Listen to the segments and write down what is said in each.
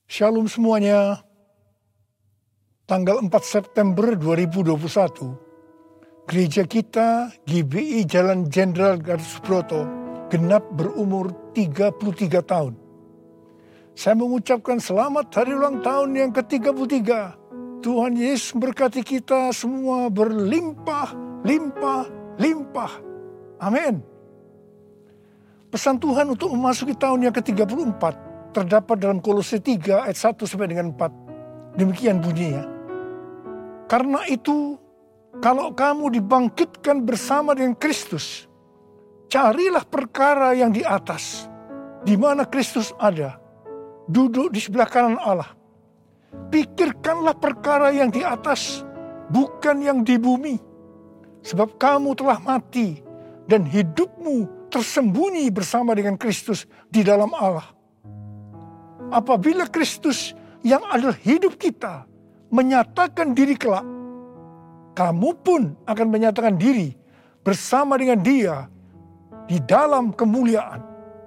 Shalom semuanya. Tanggal 4 September 2021, gereja kita GBI Jalan Jenderal Gatot Subroto genap berumur 33 tahun. Saya mengucapkan selamat hari ulang tahun yang ke-33. Tuhan Yesus memberkati kita semua berlimpah, limpah, limpah. Amin. Pesan Tuhan untuk memasuki tahun yang ke-34 terdapat dalam Kolose 3 ayat 1 sampai dengan 4. Demikian bunyinya. Karena itu, kalau kamu dibangkitkan bersama dengan Kristus, carilah perkara yang di atas, di mana Kristus ada, duduk di sebelah kanan Allah. Pikirkanlah perkara yang di atas, bukan yang di bumi. Sebab kamu telah mati, dan hidupmu tersembunyi bersama dengan Kristus di dalam Allah. Apabila Kristus yang adalah hidup kita menyatakan diri kelak, kamu pun akan menyatakan diri bersama dengan Dia di dalam kemuliaan.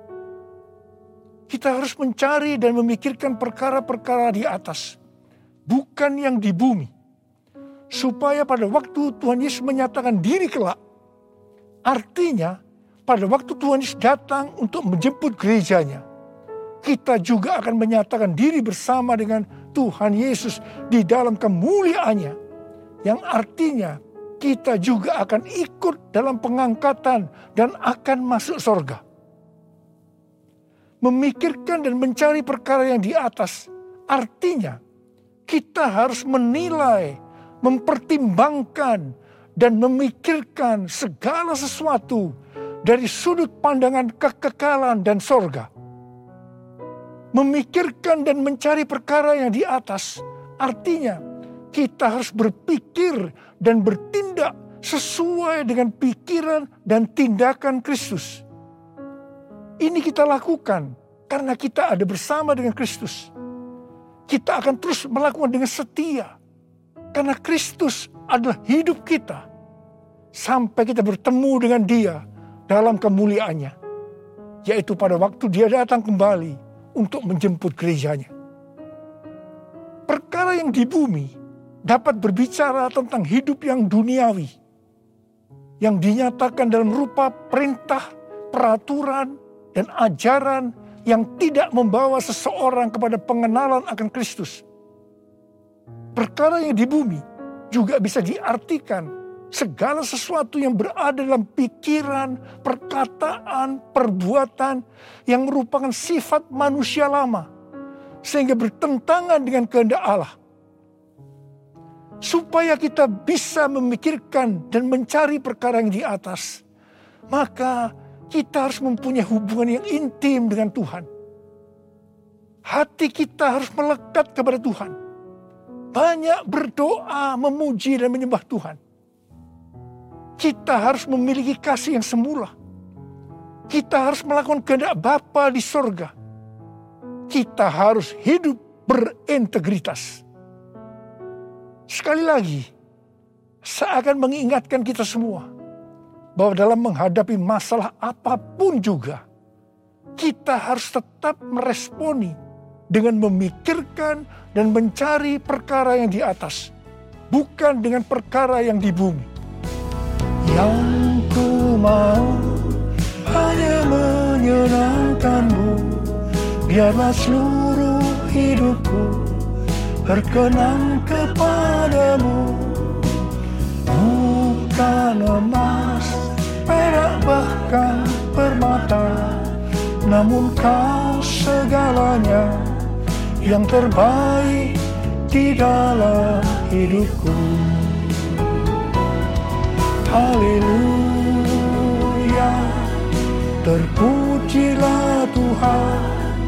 Kita harus mencari dan memikirkan perkara-perkara di atas, bukan yang di bumi. Supaya pada waktu Tuhan Yesus menyatakan diri kelak, artinya pada waktu Tuhan Yesus datang untuk menjemput gerejanya, kita juga akan menyatakan diri bersama dengan Tuhan Yesus di dalam kemuliaannya. Yang artinya kita juga akan ikut dalam pengangkatan dan akan masuk surga. Memikirkan dan mencari perkara yang di atas, artinya kita harus menilai, mempertimbangkan, dan memikirkan segala sesuatu dari sudut pandangan kekekalan dan surga. Memikirkan dan mencari perkara yang di atas, artinya kita harus berpikir dan bertindak sesuai dengan pikiran dan tindakan Kristus. Ini kita lakukan karena kita ada bersama dengan Kristus. Kita akan terus melakukan dengan setia, karena Kristus adalah hidup kita, sampai kita bertemu dengan Dia dalam kemuliaannya, yaitu pada waktu Dia datang kembali untuk menjemput gerejanya. Perkara yang di bumi dapat berbicara tentang hidup yang duniawi, yang dinyatakan dalam rupa perintah, peraturan, dan ajaran yang tidak membawa seseorang kepada pengenalan akan Kristus. Perkara yang di bumi juga bisa diartikan segala sesuatu yang berada dalam pikiran, perkataan, perbuatan yang merupakan sifat manusia lama, sehingga bertentangan dengan kehendak Allah. Supaya kita bisa memikirkan dan mencari perkara yang di atas, maka kita harus mempunyai hubungan yang intim dengan Tuhan. Hati kita harus melekat kepada Tuhan. Banyak berdoa, memuji dan menyembah Tuhan. Kita harus memiliki kasih yang semula. Kita harus melakukan kehendak Bapa di sorga. Kita harus hidup berintegritas. Sekali lagi, saya akan mengingatkan kita semua bahwa dalam menghadapi masalah apapun juga, kita harus tetap meresponi dengan memikirkan dan mencari perkara yang di atas, bukan dengan perkara yang di bumi. Yang ku mau hanya menyenangkanmu, biarlah seluruh hidupku berkenan kepadamu. Bukan emas, perak bahkan permata, namun kau segalanya yang terbaik di dalam hidupku. Haleluya, terpujilah Tuhan.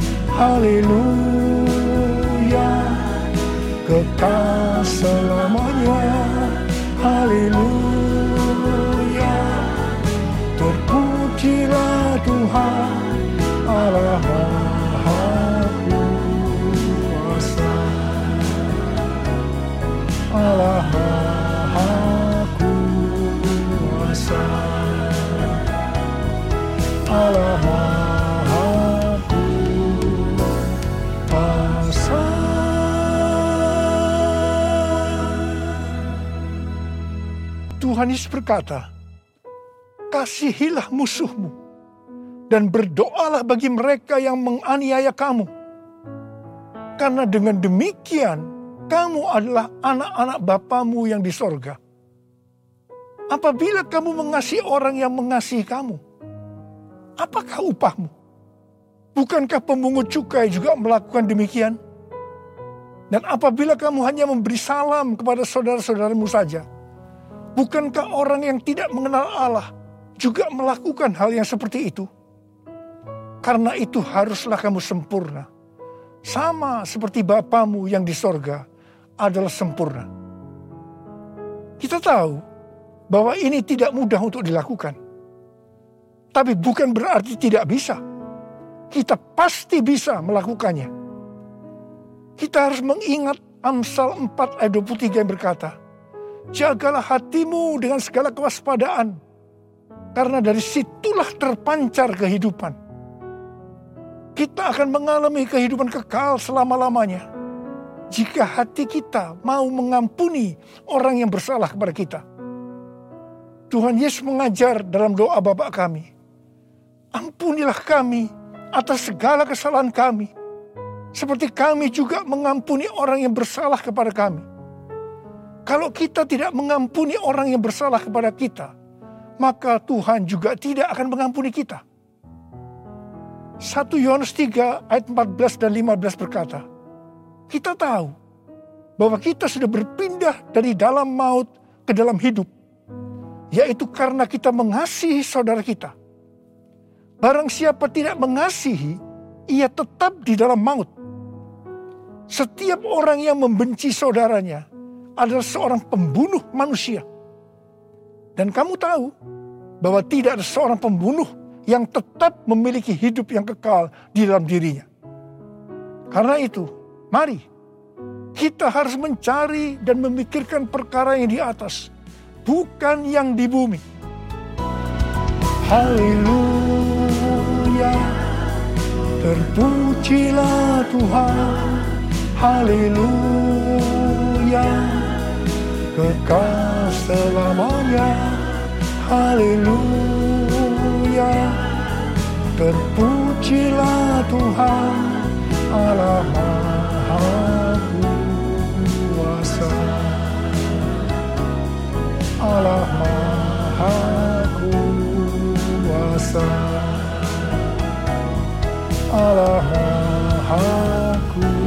Haleluya, kekal selamanya. Haleluya, terpujilah Tuhan Allah Maha Kuasa. Allah Maha Kuasa. Allah Maha Kuasa. Tuhan Yesus berkata, kasihilah musuhmu dan berdoalah bagi mereka yang menganiaya kamu. Karena dengan demikian, kamu adalah anak-anak Bapamu yang di sorga. Apabila kamu mengasihi orang yang mengasihi kamu, apakah upahmu? Bukankah pemungut cukai juga melakukan demikian? Dan apabila kamu hanya memberi salam kepada saudara-saudaramu saja, bukankah orang yang tidak mengenal Allah juga melakukan hal yang seperti itu? Karena itu haruslah kamu sempurna, sama seperti Bapamu yang di sorga adalah sempurna. Kita tahu bahwa ini tidak mudah untuk dilakukan. Tapi bukan berarti tidak bisa. Kita pasti bisa melakukannya. Kita harus mengingat Amsal 4 ayat 23 yang berkata, jagalah hatimu dengan segala kewaspadaan, karena dari situlah terpancar kehidupan. Kita akan mengalami kehidupan kekal selama-lamanya jika hati kita mau mengampuni orang yang bersalah kepada kita. Tuhan Yesus mengajar dalam doa Bapa kami, ampunilah kami atas segala kesalahan kami, seperti kami juga mengampuni orang yang bersalah kepada kami. Kalau kita tidak mengampuni orang yang bersalah kepada kita, maka Tuhan juga tidak akan mengampuni kita. 1 Yohanes 3 ayat 14 dan 15 berkata, kita tahu bahwa kita sudah berpindah dari dalam maut ke dalam hidup, yaitu karena kita mengasihi saudara kita. Barang siapa tidak mengasihi, ia tetap di dalam maut. Setiap orang yang membenci saudaranya adalah seorang pembunuh manusia. Dan kamu tahu bahwa tidak ada seorang pembunuh yang tetap memiliki hidup yang kekal di dalam dirinya. Karena itu, mari kita harus mencari dan memikirkan perkara yang di atas, bukan yang di bumi. Haleluya, terpujilah Tuhan. Haleluya, kekal selamanya. Haleluya, terpujilah Tuhan Allah Maha Kuasa. Allah Maha Kuasa. Allah Maha Kuasa.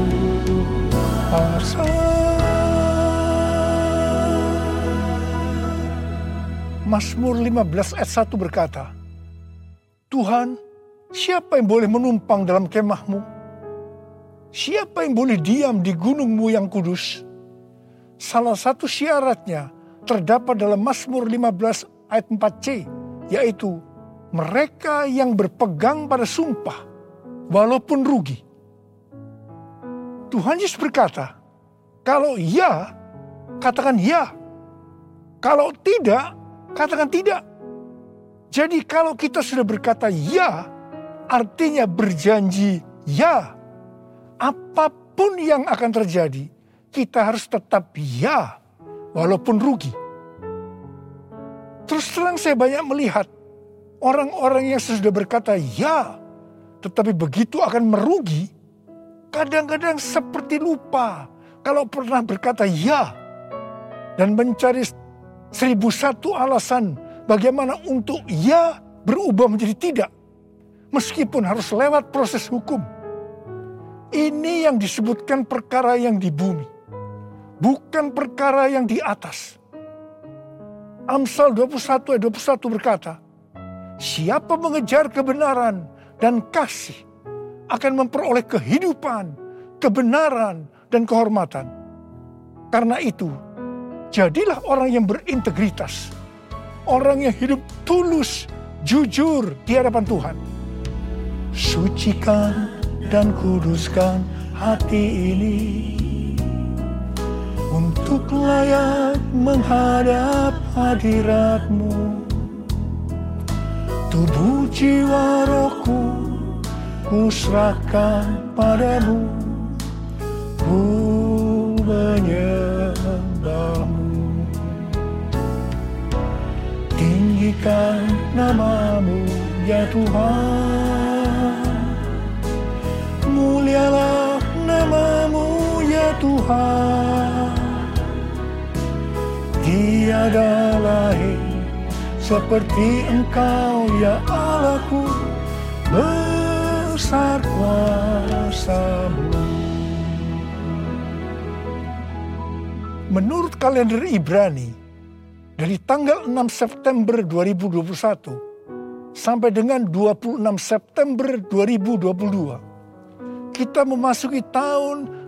Mazmur 15 ayat 1 berkata, Tuhan, siapa yang boleh menumpang dalam kemahmu? Siapa yang boleh diam di gunungmu yang kudus? Salah satu syaratnya terdapat dalam Mazmur 15 ayat 4c, yaitu mereka yang berpegang pada sumpah walaupun rugi. Tuhan Yesus berkata, kalau ya, katakan ya. Kalau tidak, katakan tidak. Jadi kalau kita sudah berkata ya, artinya berjanji ya. Apapun yang akan terjadi, kita harus tetap ya, walaupun rugi. Terus terang saya banyak melihat orang-orang yang sudah berkata ya, tetapi begitu akan merugi, kadang-kadang seperti lupa kalau pernah berkata ya, dan mencari 1001 alasan bagaimana untuk ya berubah menjadi tidak, meskipun harus lewat proses hukum. Ini yang disebutkan perkara yang di bumi, bukan perkara yang di atas. Amsal 21 ayat 21 berkata, siapa mengejar kebenaran dan kasih akan memperoleh kehidupan, kebenaran, dan kehormatan. Karena itu, jadilah orang yang berintegritas, orang yang hidup tulus, jujur di hadapan Tuhan. Sucikan dan kuduskan hati ini untuk layak menghadap hadirat-Mu. Tubuh jiwa rohku kuserahkan padamu, ku menyembah-Mu. Tinggikan nama-Mu ya Tuhan. Mulialah nama-Mu ya Tuhan. Tiada lain seperti Engkau ya Allahku, besar kuasa-Mu. Menurut kalender Ibrani, dari tanggal 6 September 2021 sampai dengan 26 September 2022, kita memasuki tahun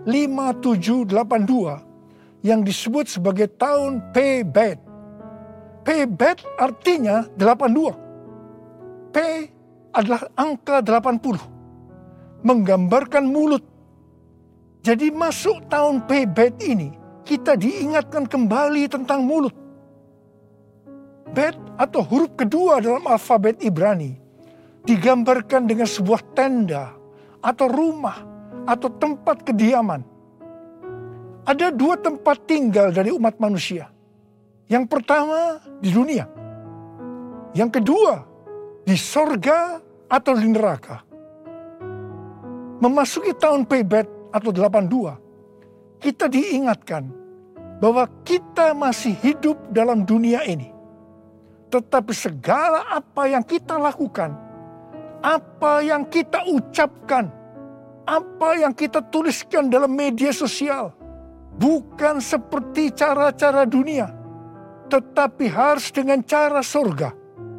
5782 yang disebut sebagai tahun P-Bet. P-Bet artinya 82. P adalah angka 80, menggambarkan mulut. Jadi masuk tahun P-Bet ini, kita diingatkan kembali tentang mulut. Bet atau huruf kedua dalam alfabet Ibrani digambarkan dengan sebuah tenda atau rumah atau tempat kediaman. Ada dua tempat tinggal dari umat manusia. Yang pertama di dunia. Yang kedua di sorga atau di neraka. Memasuki tahun P-Bet atau 82, kita diingatkan bahwa kita masih hidup dalam dunia ini. Tetapi segala apa yang kita lakukan, apa yang kita ucapkan, apa yang kita tuliskan dalam media sosial, bukan seperti cara-cara dunia, tetapi harus dengan cara surga.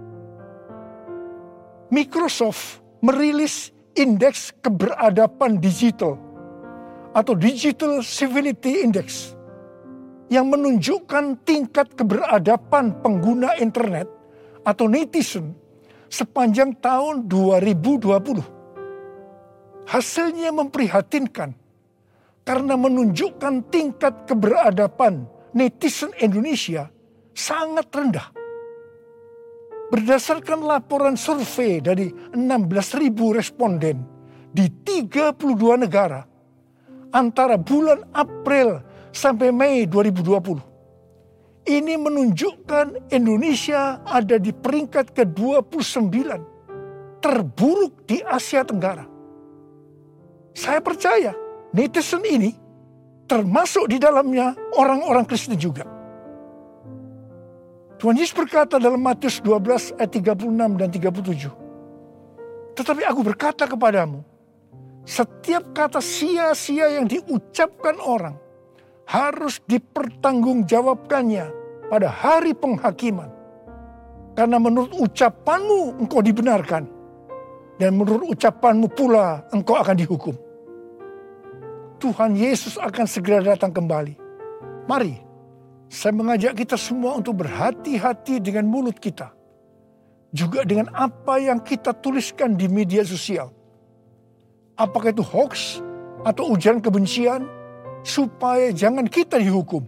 Microsoft merilis indeks keberadaban digital atau Digital Civility Index yang menunjukkan tingkat keberadaban pengguna internet atau netizen sepanjang tahun 2020. Hasilnya memprihatinkan karena menunjukkan tingkat keberadaban netizen Indonesia sangat rendah. Berdasarkan laporan survei dari 16.000 responden di 32 negara antara bulan April sampai Mei 2020. Ini menunjukkan Indonesia ada di peringkat ke-29 terburuk di Asia Tenggara. Saya percaya netizen ini termasuk di dalamnya orang-orang Kristen juga. Tuhan Yesus berkata dalam Matius 12 ayat 36 dan 37. Tetapi aku berkata kepadamu, setiap kata sia-sia yang diucapkan orang harus dipertanggungjawabkannya pada hari penghakiman. Karena menurut ucapanmu engkau dibenarkan, dan menurut ucapanmu pula engkau akan dihukum. Tuhan Yesus akan segera datang kembali. Mari, saya mengajak kita semua untuk berhati-hati dengan mulut kita. Juga dengan apa yang kita tuliskan di media sosial. Apakah itu hoax atau ujaran kebencian, supaya jangan kita dihukum.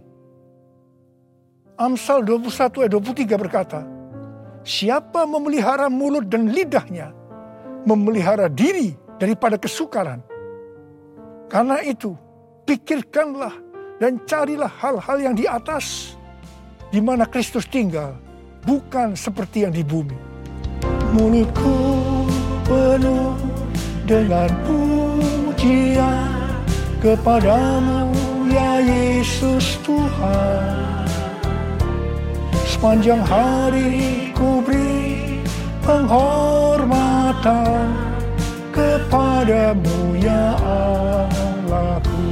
Amsal 21 ayat 23 berkata, siapa memelihara mulut dan lidahnya, memelihara diri daripada kesukaran. Karena itu, pikirkanlah dan carilah hal-hal yang di atas, di mana Kristus tinggal, bukan seperti yang di bumi. Mulutku penuh dengan pujian kepadamu ya Yesus Tuhan. Sepanjang hari ku beri penghormatan kepadamu ya Allahku.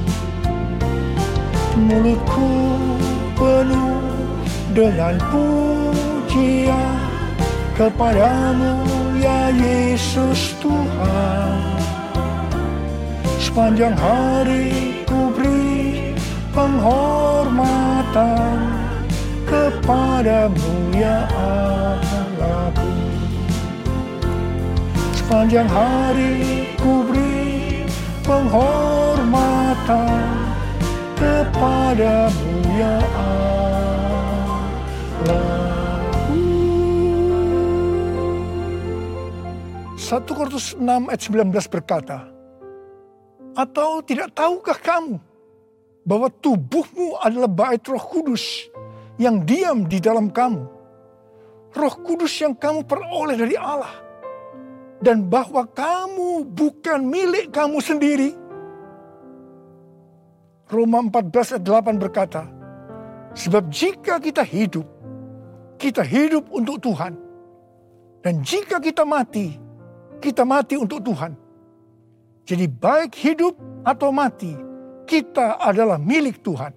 Mulutku penuh dengan pujian kepadamu ya Yesus Tuhan. Sepanjang hari ku beri penghormatan kepadamu ya Allahku. Sepanjang hari ku beri penghormatan kepadamu ya Allahku. 1 Korintus 6 ayat 19 berkata, atau tidak tahukah kamu bahwa tubuhmu adalah bait Roh Kudus yang diam di dalam kamu, Roh Kudus yang kamu peroleh dari Allah. Dan bahwa kamu bukan milik kamu sendiri. Roma 14 ayat 8 berkata, sebab jika kita hidup untuk Tuhan. Dan jika kita mati untuk Tuhan. Jadi baik hidup atau mati, kita adalah milik Tuhan.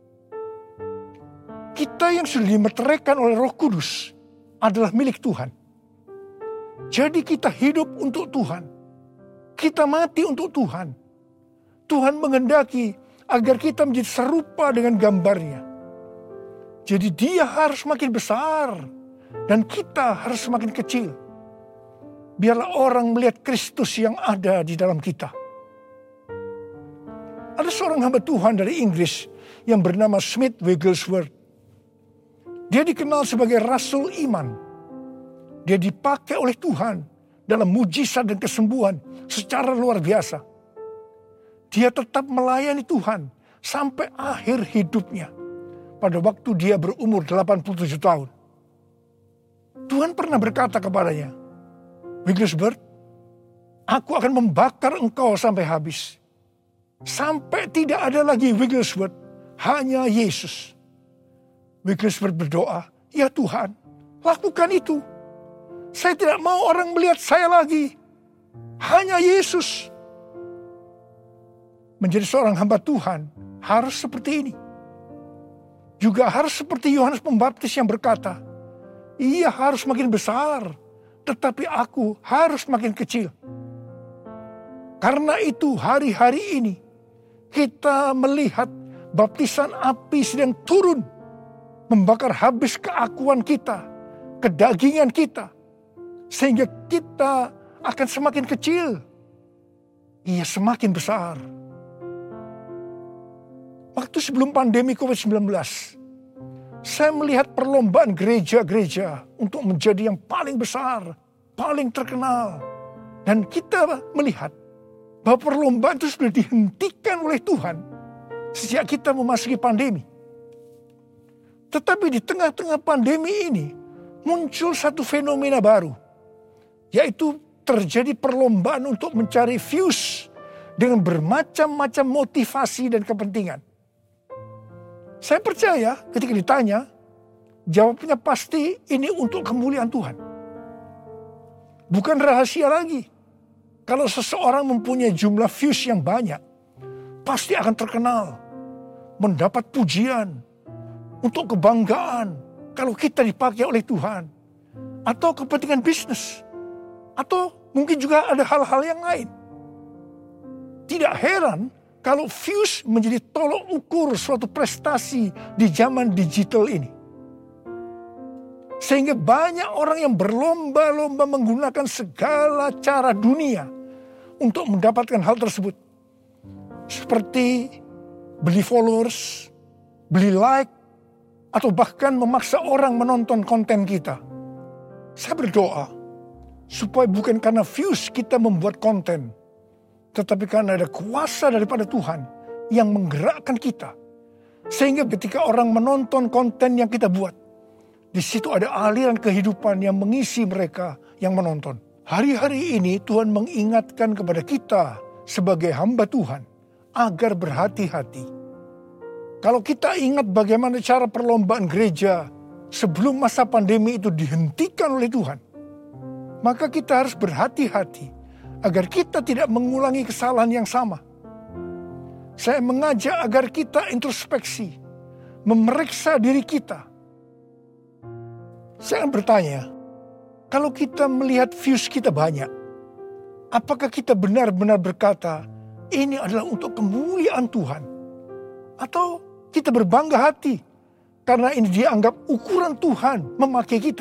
Kita yang sudah dimeteraikan oleh Roh Kudus adalah milik Tuhan. Jadi kita hidup untuk Tuhan. Kita mati untuk Tuhan. Tuhan menghendaki agar kita menjadi serupa dengan gambarnya. Jadi dia harus makin besar dan kita harus semakin kecil. Biarlah orang melihat Kristus yang ada di dalam kita. Ada seorang hamba Tuhan dari Inggris yang bernama Smith Wigglesworth. Dia dikenal sebagai Rasul Iman. Dia dipakai oleh Tuhan dalam mujizat dan kesembuhan secara luar biasa. Dia tetap melayani Tuhan sampai akhir hidupnya. Pada waktu dia berumur 87 tahun. Tuhan pernah berkata kepadanya, Wigglesworth, aku akan membakar engkau sampai habis. Sampai tidak ada lagi Wigglesworth, hanya Yesus. Wigglesworth berdoa, ya Tuhan, lakukan itu. Saya tidak mau orang melihat saya lagi. Hanya Yesus. Menjadi seorang hamba Tuhan harus seperti ini. Juga harus seperti Yohanes Pembaptis yang berkata, ia harus makin besar, tetapi aku harus makin kecil. Karena itu hari-hari ini kita melihat baptisan api sedang turun, membakar habis keakuan kita, kedagingan kita, sehingga kita akan semakin kecil. Ia semakin besar. Waktu sebelum pandemi COVID-19, saya melihat perlombaan gereja-gereja untuk menjadi yang paling besar, paling terkenal. Dan kita melihat bahwa perlombaan itu sudah dihentikan oleh Tuhan sejak kita memasuki pandemi. Tetapi di tengah-tengah pandemi ini muncul satu fenomena baru. Yaitu terjadi perlombaan untuk mencari views dengan bermacam-macam motivasi dan kepentingan. Saya percaya ketika ditanya, jawabnya pasti ini untuk kemuliaan Tuhan. Bukan rahasia lagi. Kalau seseorang mempunyai jumlah views yang banyak, pasti akan terkenal, mendapat pujian, untuk kebanggaan kalau kita dipakai oleh Tuhan. Atau kepentingan bisnis. Atau mungkin juga ada hal-hal yang lain. Tidak heran kalau views menjadi tolok ukur suatu prestasi di zaman digital ini. Sehingga banyak orang yang berlomba-lomba menggunakan segala cara dunia untuk mendapatkan hal tersebut. Seperti beli followers, beli like, atau bahkan memaksa orang menonton konten kita. Saya berdoa supaya bukan karena views kita membuat konten, tetapi karena ada kuasa daripada Tuhan yang menggerakkan kita. Sehingga ketika orang menonton konten yang kita buat, di situ ada aliran kehidupan yang mengisi mereka yang menonton. Hari-hari ini Tuhan mengingatkan kepada kita sebagai hamba Tuhan agar berhati-hati. Kalau kita ingat bagaimana cara perlombaan gereja sebelum masa pandemi itu dihentikan oleh Tuhan, maka kita harus berhati-hati agar kita tidak mengulangi kesalahan yang sama. Saya mengajak agar kita introspeksi, memeriksa diri kita. Saya akan bertanya, kalau kita melihat views kita banyak, apakah kita benar-benar berkata, ini adalah untuk kemuliaan Tuhan? Atau kita berbangga hati karena ini dianggap ukuran Tuhan memakai kita?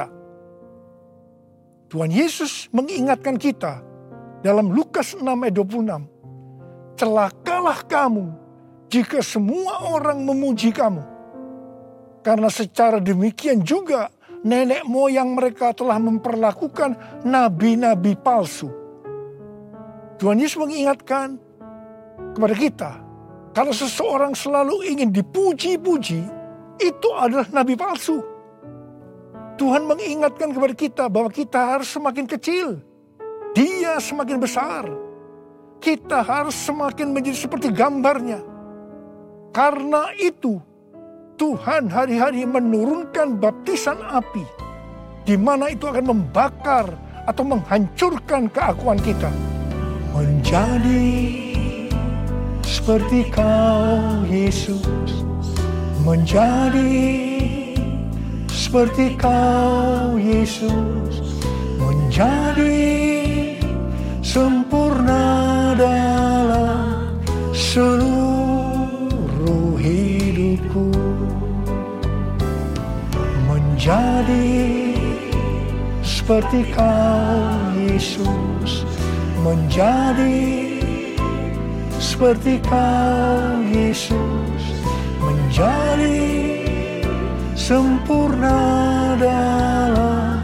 Tuhan Yesus mengingatkan kita dalam Lukas 6 ayat 26. Celakalah kamu jika semua orang memuji kamu. Karena secara demikian juga nenek moyang mereka telah memperlakukan nabi-nabi palsu. Tuhan Yesus mengingatkan kepada kita, kalau seseorang selalu ingin dipuji-puji, itu adalah nabi palsu. Tuhan mengingatkan kepada kita bahwa kita harus semakin kecil. Dia semakin besar. Kita harus semakin menjadi seperti gambarnya. Karena itu, Tuhan hari-hari menurunkan baptisan api, di mana itu akan membakar atau menghancurkan keakuan kita. Menjadi seperti Kau, Yesus. Menjadi seperti Kau, Yesus. Menjadi sempurna dalam seluruh hidupku. Menjadi seperti Kau, Yesus. Menjadi seperti Kau, Yesus. Menjadi sempurna dalam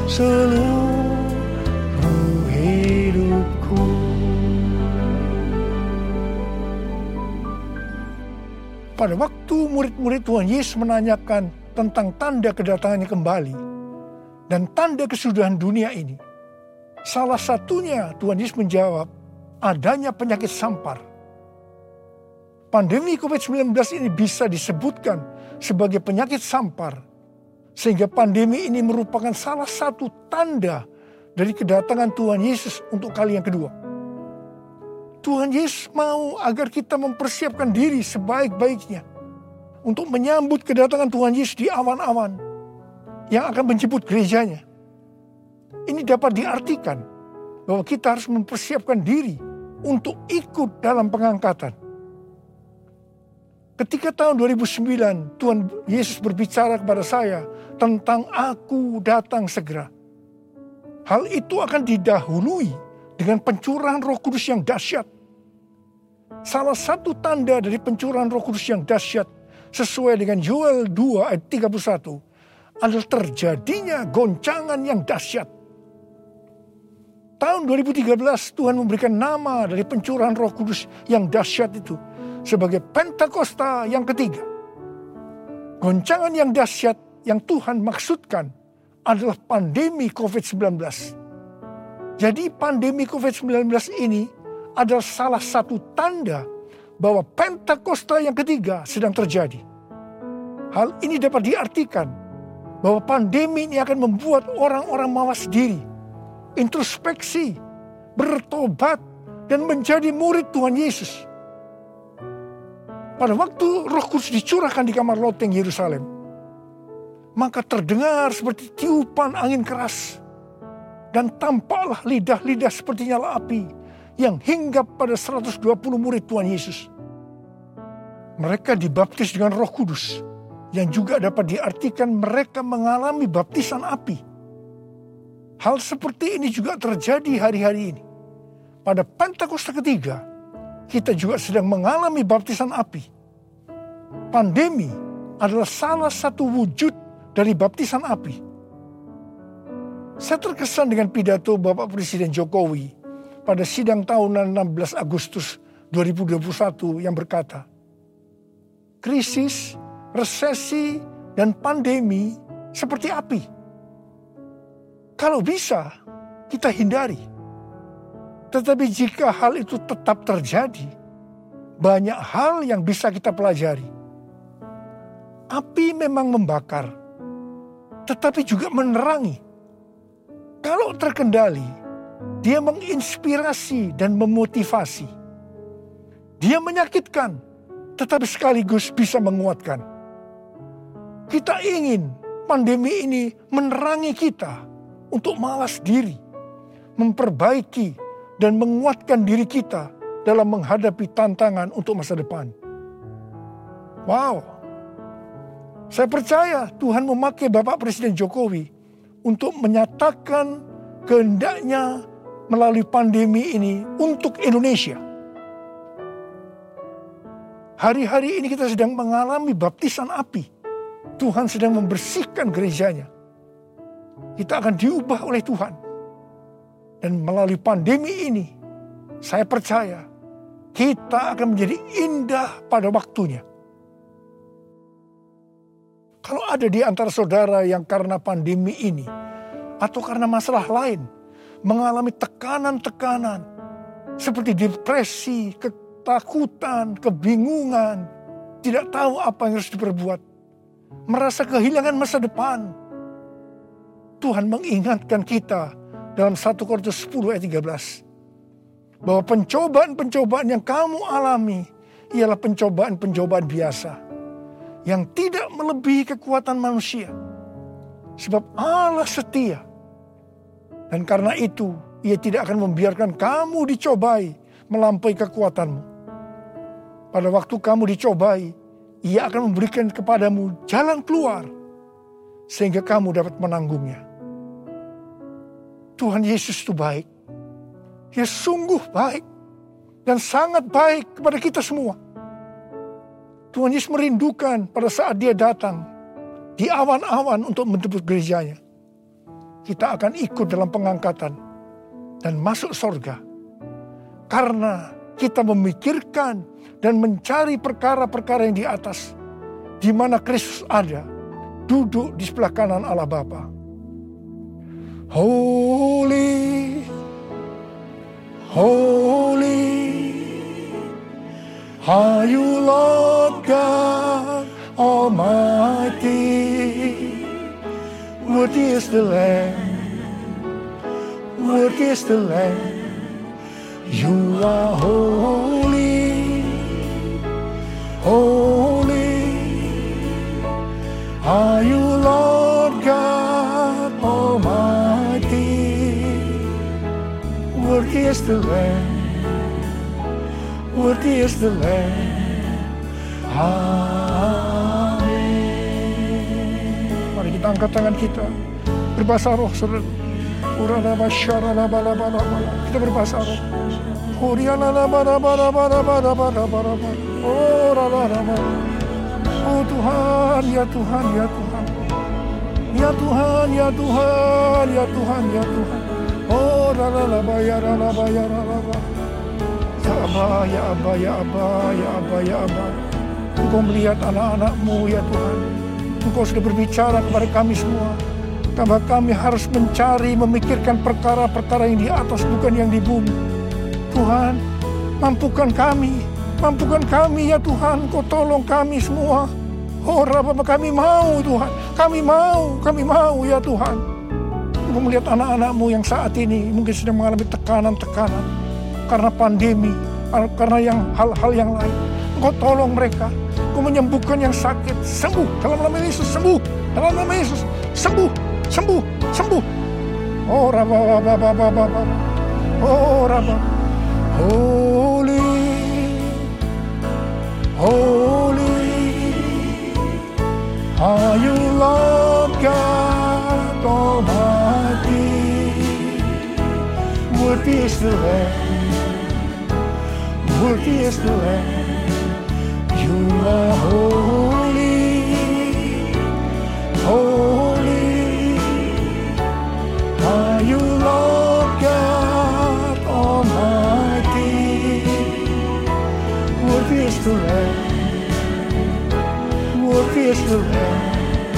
seluruh hidupku. Pada waktu murid-murid Tuhan Yesus menanyakan tentang tanda kedatangannya kembali dan tanda kesudahan dunia ini, salah satunya Tuhan Yesus menjawab, adanya penyakit sampar. Pandemi COVID-19 ini bisa disebutkan sebagai penyakit sampar, sehingga pandemi ini merupakan salah satu tanda dari kedatangan Tuhan Yesus untuk kali yang kedua. Tuhan Yesus mau agar kita mempersiapkan diri sebaik-baiknya untuk menyambut kedatangan Tuhan Yesus di awan-awan yang akan menjemput gerejanya. Ini dapat diartikan bahwa kita harus mempersiapkan diri untuk ikut dalam pengangkatan. Ketika tahun 2009 Tuhan Yesus berbicara kepada saya tentang aku datang segera. Hal itu akan didahului dengan pencurahan Roh Kudus yang dahsyat. Salah satu tanda dari pencurahan Roh Kudus yang dahsyat sesuai dengan Yoel 2 ayat 31 adalah terjadinya goncangan yang dahsyat. Tahun 2013 Tuhan memberikan nama dari pencurahan Roh Kudus yang dahsyat itu sebagai Pentakosta yang ketiga. Goncangan yang dahsyat yang Tuhan maksudkan adalah pandemi COVID-19. Jadi pandemi COVID-19 ini adalah salah satu tanda bahwa Pentakosta yang ketiga sedang terjadi. Hal ini dapat diartikan bahwa pandemi ini akan membuat orang-orang mawas diri, introspeksi, bertobat, dan menjadi murid Tuhan Yesus. Pada waktu Roh Kudus dicurahkan di kamar loteng Yerusalem, maka terdengar seperti tiupan angin keras, dan tampaklah lidah-lidah seperti nyala api yang hinggap pada 120 murid Tuhan Yesus. Mereka dibaptis dengan Roh Kudus, yang juga dapat diartikan mereka mengalami baptisan api. Hal seperti ini juga terjadi hari-hari ini. Pada Pentakosta ketiga, kita juga sedang mengalami baptisan api. Pandemi adalah salah satu wujud dari baptisan api. Saya terkesan dengan pidato Bapak Presiden Jokowi pada sidang tahunan 16 Agustus 2021 yang berkata, krisis, resesi, dan pandemi seperti api. Kalau bisa, kita hindari. Tetapi jika hal itu tetap terjadi, banyak hal yang bisa kita pelajari. Api memang membakar, tetapi juga menerangi. Kalau terkendali, dia menginspirasi dan memotivasi. Dia menyakitkan, tetapi sekaligus bisa menguatkan. Kita ingin pandemi ini menerangi kita untuk malas diri, memperbaiki, dan menguatkan diri kita dalam menghadapi tantangan untuk masa depan. Wow, saya percaya Tuhan memakai Bapak Presiden Jokowi untuk menyatakan kehendaknya melalui pandemi ini untuk Indonesia. Hari-hari ini kita sedang mengalami baptisan api. Tuhan sedang membersihkan gerejanya. Kita akan diubah oleh Tuhan. Dan melalui pandemi ini, saya percaya kita akan menjadi indah pada waktunya. Kalau ada di antara saudara yang karena pandemi ini atau karena masalah lain mengalami tekanan-tekanan seperti depresi, ketakutan, kebingungan, tidak tahu apa yang harus diperbuat, merasa kehilangan masa depan, Tuhan mengingatkan kita dalam 1 Korintus 10 ayat 13 bahwa pencobaan-pencobaan yang kamu alami ialah pencobaan-pencobaan biasa yang tidak melebihi kekuatan manusia. Sebab Allah setia. Dan karena itu, Ia tidak akan membiarkan kamu dicobai melampaui kekuatanmu. Pada waktu kamu dicobai, Ia akan memberikan kepadamu jalan keluar sehingga kamu dapat menanggungnya. Tuhan Yesus itu baik. Dia sungguh baik dan sangat baik kepada kita semua. Tuhan Yesus merindukan pada saat Dia datang di awan-awan untuk menjemput gerejanya. Kita akan ikut dalam pengangkatan dan masuk surga. Karena kita memikirkan dan mencari perkara-perkara yang di atas, di mana Kristus ada, duduk di sebelah kanan Allah Bapa. Holy, holy, are you Lord God Almighty? Worthy is the Lamb, worthy is the Lamb. You are holy, holy, are you Lord God Almighty? Worthy is the Lamb, worthy is the Lamb. Amin. Mari kita angkat tangan kita, berbahasa roh, saudara. Kita berbahasa roh. Oh Tuhan, ya Tuhan, ya Tuhan, ya Tuhan, ya Tuhan, ya Tuhan, ya Tuhan. Oh ya Abba, ya Abba, ya Abba, ya Abba, ya Abba. Engkau melihat anak-anak-Mu ya Tuhan. Engkau sudah berbicara kepada kami semua, bahwa kami harus mencari, memikirkan perkara-perkara yang di atas, bukan yang di bumi. Tuhan, mampukan kami ya Tuhan. Kau tolong kami semua. Oh Rabbah, kami mau Tuhan, kami mau ya Tuhan. Engkau melihat anak-anak-Mu yang saat ini mungkin sedang mengalami tekanan-tekanan karena pandemi, karena hal-hal yang lain. Engkau tolong mereka, Engkau menyembuhkan yang sakit, sembuh dalam nama Yesus, sembuh dalam nama Yesus, sembuh. Oh Rabbah, oh Rabbah. Holy, holy, are you Lord God Almighty? Worthy is the Lamb, worthy is the Lamb. You are holy, holy, are you Lord God Almighty? Worthy is the Lamb, worthy is the Lamb.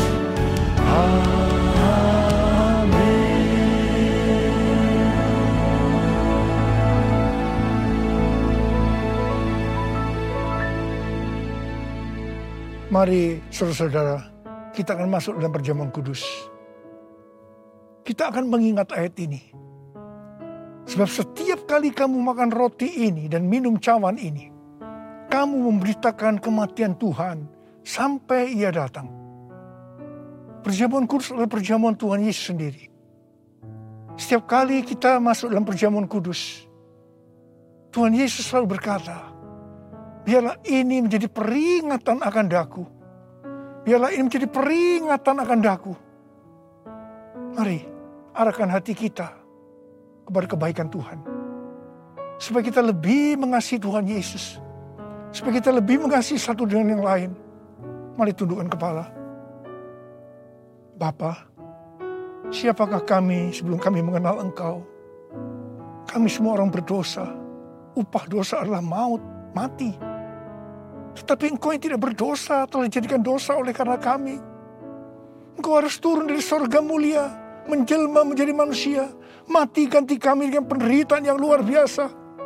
Mari saudara-saudara, kita akan masuk dalam perjamuan kudus. Kita akan mengingat ayat ini. Sebab setiap kali kamu makan roti ini dan minum cawan ini, kamu memberitakan kematian Tuhan sampai Ia datang. Perjamuan kudus adalah perjamuan Tuhan Yesus sendiri. Setiap kali kita masuk dalam perjamuan kudus, Tuhan Yesus selalu berkata, biarlah ini menjadi peringatan akan daku. Biarlah ini menjadi peringatan akan daku. Mari arahkan hati kita kepada kebaikan Tuhan. Supaya kita lebih mengasihi Tuhan Yesus. Supaya kita lebih mengasihi satu dengan yang lain. Mari tundukkan kepala. Bapa, siapakah kami sebelum kami mengenal Engkau? Kami semua orang berdosa. Upah dosa adalah maut, mati. Tetapi Engkau yang tidak berdosa telah dijadikan dosa oleh karena kami. Engkau harus turun dari sorga mulia, menjelma menjadi manusia, mati ganti kami dengan penderitaan yang luar biasa.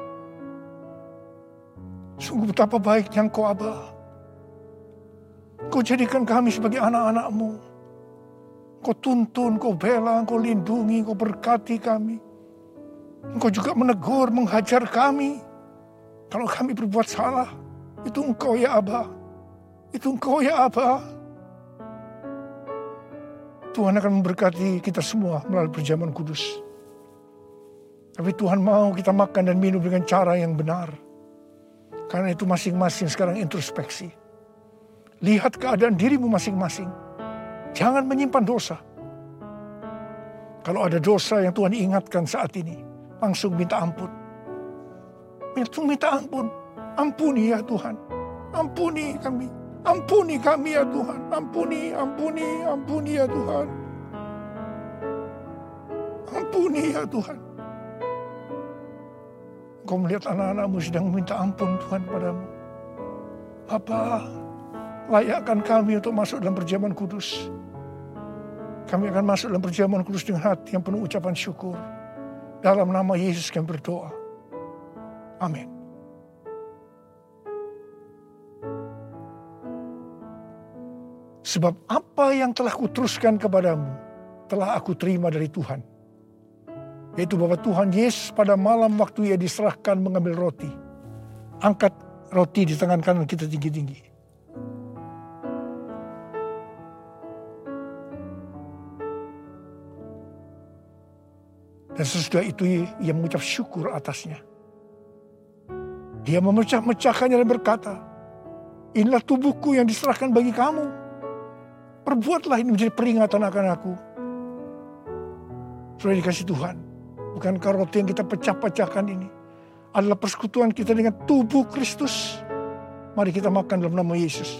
Sungguh betapa baiknya Engkau, Aba. Engkau jadikan kami sebagai anak-anak-Mu. Engkau tuntun, Engkau bela, Engkau lindungi, Engkau berkati kami. Engkau juga menegur, menghajar kami. Kalau kami berbuat salah, itu Engkau ya Aba. Itu Engkau ya Aba. Tuhan akan memberkati kita semua melalui perjamuan kudus. Tapi Tuhan mau kita makan dan minum dengan cara yang benar. Karena itu masing-masing sekarang introspeksi. Lihat keadaan dirimu masing-masing. Jangan menyimpan dosa. Kalau ada dosa yang Tuhan ingatkan saat ini, langsung minta ampun. Langsung minta ampun. Ampuni ya Tuhan. Ampuni kami. Ampuni kami ya Tuhan. Ampuni, ampuni, ampuni ya Tuhan. Ampuni ya Tuhan. Kau melihat anak-anakmu sedang meminta ampun Tuhan padamu. Bapa, layakkan kami untuk masuk dalam perjamuan kudus. Kami akan masuk dalam perjamuan kudus dengan hati yang penuh ucapan syukur. Dalam nama Yesus kami berdoa. Amin. Sebab apa yang telah kuteruskan kepadamu, telah aku terima dari Tuhan. Yaitu bahwa Tuhan Yesus pada malam waktu ia diserahkan mengambil roti. Angkat roti di tangan kanan kita tinggi-tinggi. Dan sesudah itu ia mengucap syukur atasnya. Dia memecah-mecahkannya dan berkata, inilah tubuhku yang diserahkan bagi kamu. Perbuatlah ini menjadi peringatan akan aku. Sudah dikasih Tuhan. Bukankah roti yang kita pecah-pecahkan ini adalah persekutuan kita dengan tubuh Kristus? Mari kita makan dalam nama Yesus.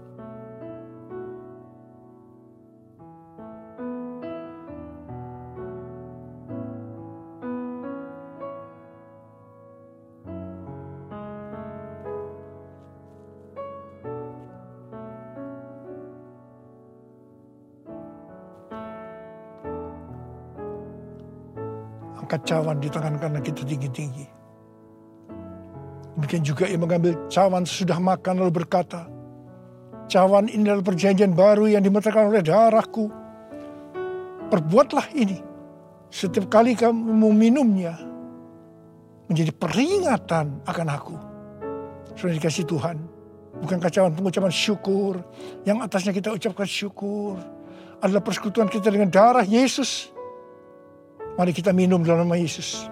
Angkat cawan di tangan kanan kita tinggi-tinggi. Demikian juga ia mengambil cawan sesudah makan lalu berkata, cawan ini adalah perjanjian baru yang dimeterkan oleh darahku. Perbuatlah ini setiap kali kamu meminumnya menjadi peringatan akan aku. Sudah dikasih Tuhan. Bukankah cawan pengucapan syukur yang atasnya kita ucapkan syukur adalah persekutuan kita dengan darah Yesus. Mari kita minum dalam nama Yesus.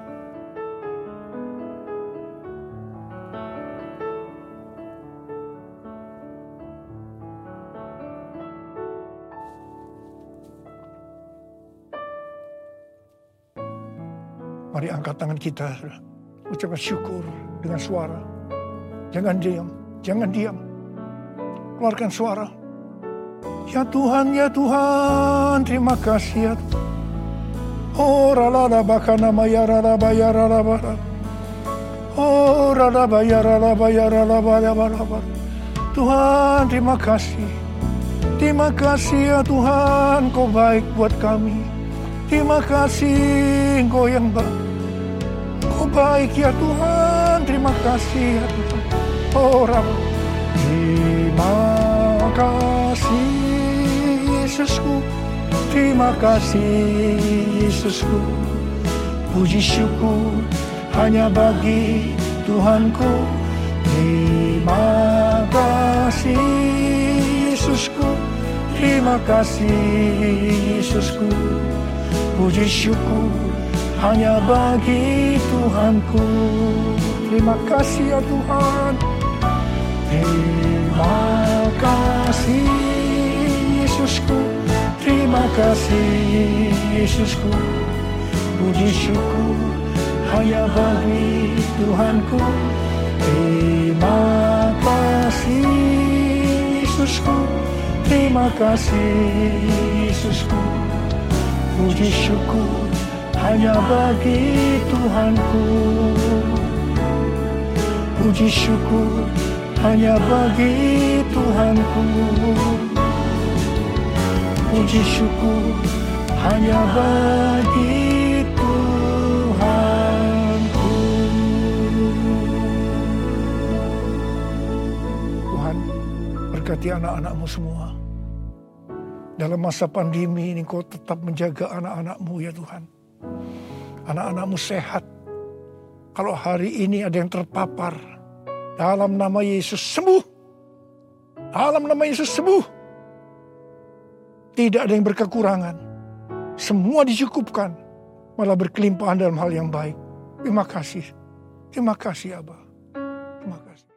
Mari angkat tangan kita. Ucapkan syukur dengan suara. Jangan diam. Jangan diam. Keluarkan suara. Ya Tuhan, ya Tuhan. Terima kasih ya Tuhan. Oh rala bakana mayara bayara bara. Oh rala bayara bara. Tuhan terima kasih. Terima kasih ya Tuhan, Kau baik buat kami. Terima kasih Kau yang baik. Kau baik ya Tuhan, terima kasih ya Tuhan. Oh rala. Terima kasih Yesusku. Terima kasih Yesusku, puji syukur hanya bagi Tuhanku. Terima kasih Yesusku, terima kasih Yesusku, puji syukur hanya bagi Tuhanku. Terima kasih ya Tuhan. Terima kasih Yesusku. Terima kasih Yesusku, puji syukur hanya bagi Tuhanku. Terima kasih Yesusku, terima kasih Yesusku, puji syukur hanya bagi Tuhanku. Puji syukur hanya bagi Tuhanku. puji syukur hanya bagi Tuhanku. Tuhan, berkati anak-anak-Mu semua. Dalam masa pandemi ini Kau tetap menjaga anak-anak-Mu ya Tuhan. Anak-anak-Mu sehat. Kalau hari ini ada yang terpapar, dalam nama Yesus sembuh. Dalam nama Yesus sembuh. Tidak ada yang berkekurangan. Semua dicukupkan. Malah berkelimpahan dalam hal yang baik. Terima kasih. Terima kasih Abah. Terima kasih.